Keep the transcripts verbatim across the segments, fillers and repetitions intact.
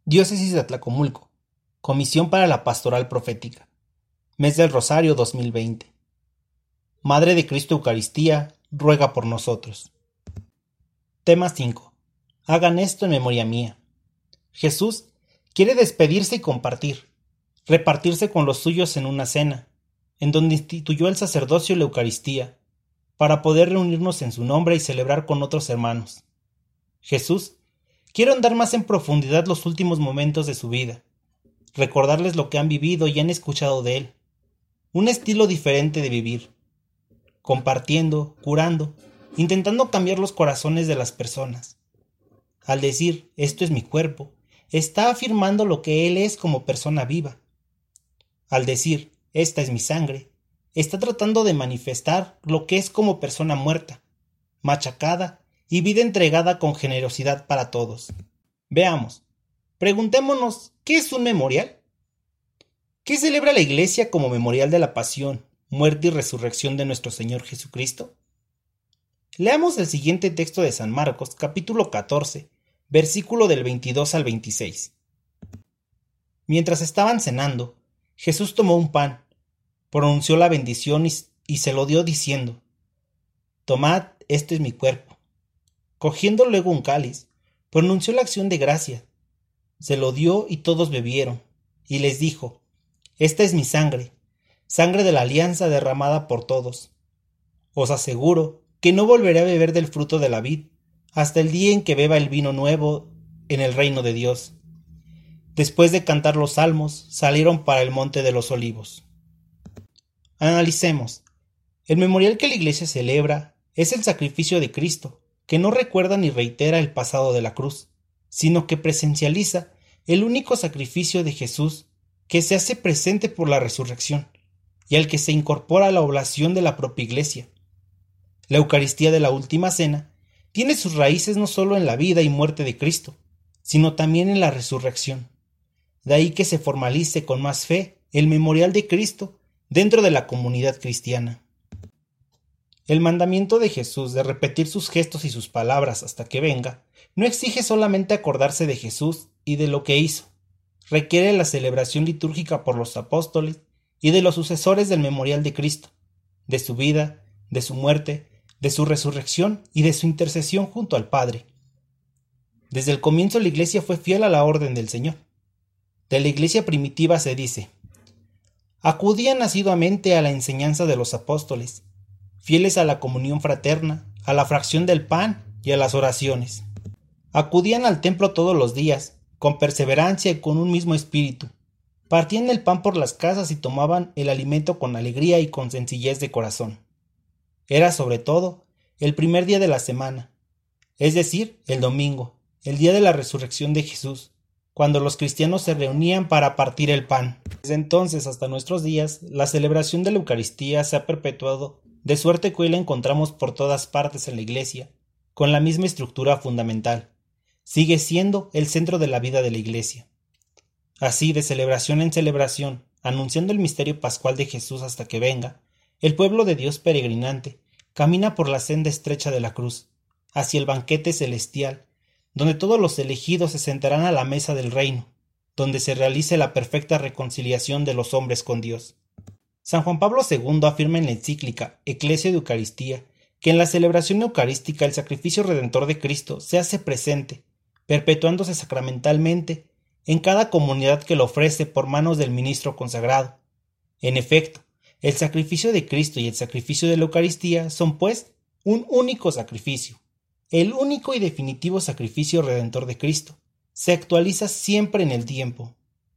Diócesis de Atlacomulco. Comisión para la Pastoral Profética. Mes del Rosario dos mil veinte. Madre de Cristo Eucaristía, ruega por nosotros. Tema cinco. Hagan esto en memoria mía. Jesús quiere despedirse y compartir, repartirse con los suyos en una cena, en donde instituyó el sacerdocio y la Eucaristía, para poder reunirnos en su nombre y celebrar con otros hermanos. Jesús quiere andar más en profundidad los últimos momentos de su vida, recordarles lo que han vivido y han escuchado de él, un estilo diferente de vivir, compartiendo, curando, intentando cambiar los corazones de las personas. Al decir, esto es mi cuerpo, está afirmando lo que él es como persona viva. Al decir, esta es mi sangre, está tratando de manifestar lo que es como persona muerta, machacada y vida entregada con generosidad para todos. Veamos, preguntémonos, ¿qué es un memorial? ¿Qué celebra la Iglesia como memorial de la pasión, muerte y resurrección de nuestro Señor Jesucristo? Leamos el siguiente texto de San Marcos, capítulo catorce, versículo del veintidós al veintiséis. Mientras estaban cenando, Jesús tomó un pan, pronunció la bendición y, y se lo dio diciendo: Tomad, este es mi cuerpo. Cogiendo luego un cáliz, pronunció la acción de gracia, se lo dio y todos bebieron, y les dijo: Esta es mi sangre, sangre de la alianza derramada por todos. Os aseguro que no volveré a beber del fruto de la vid hasta el día en que beba el vino nuevo en el reino de Dios. Después de cantar los salmos, salieron para el monte de los olivos. Analicemos. El memorial que la Iglesia celebra es el sacrificio de Cristo, que no recuerda ni reitera el pasado de la cruz, sino que presencializa el único sacrificio de Jesús que se hace presente por la resurrección y al que se incorpora la oblación de la propia Iglesia. La Eucaristía de la Última Cena tiene sus raíces no solo en la vida y muerte de Cristo, sino también en la resurrección. De ahí que se formalice con más fe el memorial de Cristo dentro de la comunidad cristiana. El mandamiento de Jesús de repetir sus gestos y sus palabras hasta que venga no exige solamente acordarse de Jesús y de lo que hizo, requiere la celebración litúrgica por los apóstoles y de los sucesores del memorial de Cristo, de su vida, de su muerte, de su resurrección y de su intercesión junto al Padre. Desde el comienzo la Iglesia fue fiel a la orden del Señor. De la Iglesia primitiva se dice: acudían asiduamente a la enseñanza de los apóstoles, fieles a la comunión fraterna, a la fracción del pan y a las oraciones. Acudían al templo todos los días, con perseverancia y con un mismo espíritu. Partían el pan por las casas y tomaban el alimento con alegría y con sencillez de corazón. Era sobre todo el primer día de la semana, es decir, el domingo, el día de la resurrección de Jesús, cuando los cristianos se reunían para partir el pan. Desde entonces hasta nuestros días, la celebración de la Eucaristía se ha perpetuado, de suerte que hoy la encontramos por todas partes en la Iglesia, con la misma estructura fundamental. Sigue siendo el centro de la vida de la Iglesia. Así, de celebración en celebración, anunciando el misterio pascual de Jesús hasta que venga, el pueblo de Dios peregrinante camina por la senda estrecha de la cruz, hacia el banquete celestial, donde todos los elegidos se sentarán a la mesa del reino, donde se realice la perfecta reconciliación de los hombres con Dios. San Juan Pablo segundo afirma en la encíclica Ecclesia de Eucaristía que en la celebración eucarística el sacrificio redentor de Cristo se hace presente, perpetuándose sacramentalmente en cada comunidad que lo ofrece por manos del ministro consagrado. En efecto, el sacrificio de Cristo y el sacrificio de la Eucaristía son, pues, un único sacrificio. El único y definitivo sacrificio redentor de Cristo se actualiza siempre en el tiempo.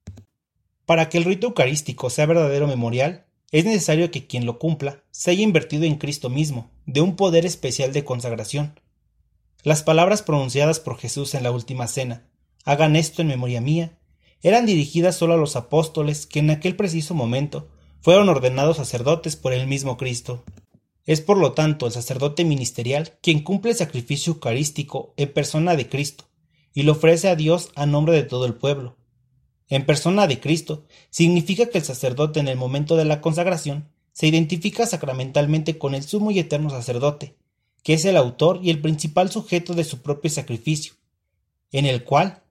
Para que el rito eucarístico sea verdadero memorial, es necesario que quien lo cumpla se haya invertido en Cristo mismo, de un poder especial de consagración. Las palabras pronunciadas por Jesús en la última cena, hagan esto en memoria mía, eran dirigidas solo a los apóstoles que en aquel preciso momento fueron ordenados sacerdotes por el mismo Cristo. Es por lo tanto el sacerdote ministerial quien cumple el sacrificio eucarístico en persona de Cristo y lo ofrece a Dios a nombre de todo el pueblo. En persona de Cristo significa que el sacerdote en el momento de la consagración se identifica sacramentalmente con el sumo y eterno sacerdote, que es el autor y el principal sujeto de su propio sacrificio, en el cual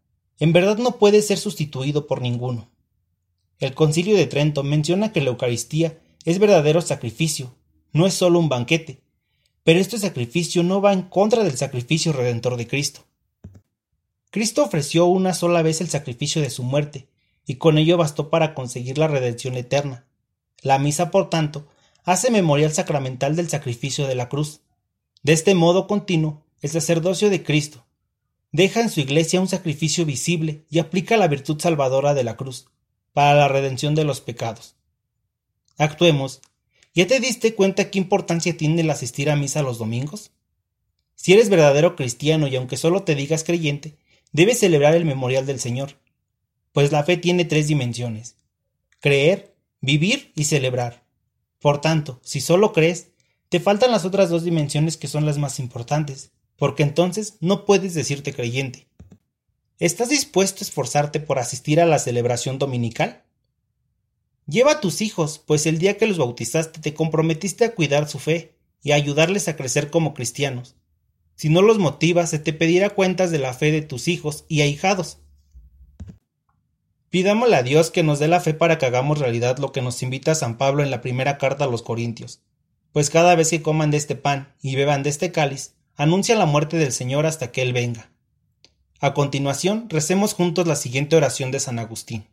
en verdad no puede ser sustituido por ninguno. El Concilio de Trento menciona que la Eucaristía es verdadero sacrificio, no es solo un banquete, pero este sacrificio no va en contra del sacrificio redentor de Cristo. Cristo ofreció una sola vez el sacrificio de su muerte, y con ello bastó para conseguir la redención eterna. La misa, por tanto, hace memorial sacramental del sacrificio de la cruz. De este modo continuo, el sacerdocio de Cristo deja en su Iglesia un sacrificio visible y aplica la virtud salvadora de la cruz, para la redención de los pecados. Actuemos. ¿Ya te diste cuenta qué importancia tiene el asistir a misa los domingos? Si eres verdadero cristiano y aunque solo te digas creyente, debes celebrar el memorial del Señor, pues la fe tiene tres dimensiones: creer, vivir y celebrar. Por tanto, si solo crees, te faltan las otras dos dimensiones que son las más importantes, porque entonces no puedes decirte creyente. ¿Estás dispuesto a esforzarte por asistir a la celebración dominical? Lleva a tus hijos, pues el día que los bautizaste te comprometiste a cuidar su fe y a ayudarles a crecer como cristianos. Si no los motivas, se te pedirá cuentas de la fe de tus hijos y ahijados. Pidámosle a Dios que nos dé la fe para que hagamos realidad lo que nos invita San Pablo en la primera carta a los Corintios, pues cada vez que coman de este pan y beban de este cáliz, anuncia la muerte del Señor hasta que Él venga. A continuación, recemos juntos la siguiente oración de San Agustín.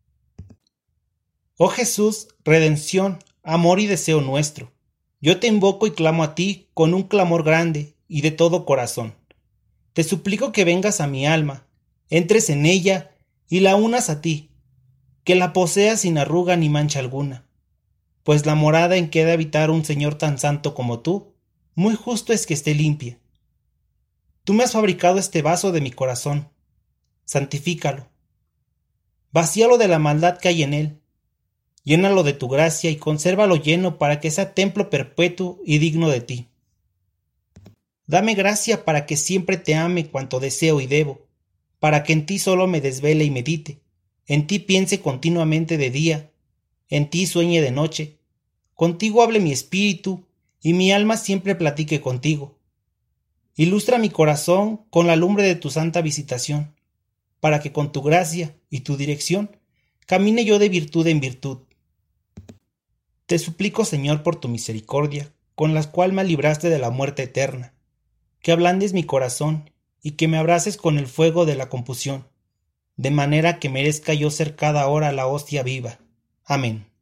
Oh Jesús, redención, amor y deseo nuestro, yo te invoco y clamo a ti con un clamor grande y de todo corazón. Te suplico que vengas a mi alma, entres en ella y la unas a ti, que la poseas sin arruga ni mancha alguna, pues la morada en que ha de habitar un Señor tan santo como tú, muy justo es que esté limpia. Tú me has fabricado este vaso de mi corazón, santifícalo, vacíalo de la maldad que hay en él, llénalo de tu gracia y consérvalo lleno para que sea templo perpetuo y digno de ti. Dame gracia para que siempre te ame cuanto deseo y debo, para que en ti solo me desvele y medite, en ti piense continuamente de día, en ti sueñe de noche, contigo hable mi espíritu y mi alma siempre platique contigo. Ilustra mi corazón con la lumbre de tu santa visitación, para que con tu gracia y tu dirección camine yo de virtud en virtud. Te suplico, Señor, por tu misericordia, con la cual me libraste de la muerte eterna, que ablandes mi corazón y que me abraces con el fuego de la confusión, de manera que merezca yo ser cada hora la hostia viva. Amén.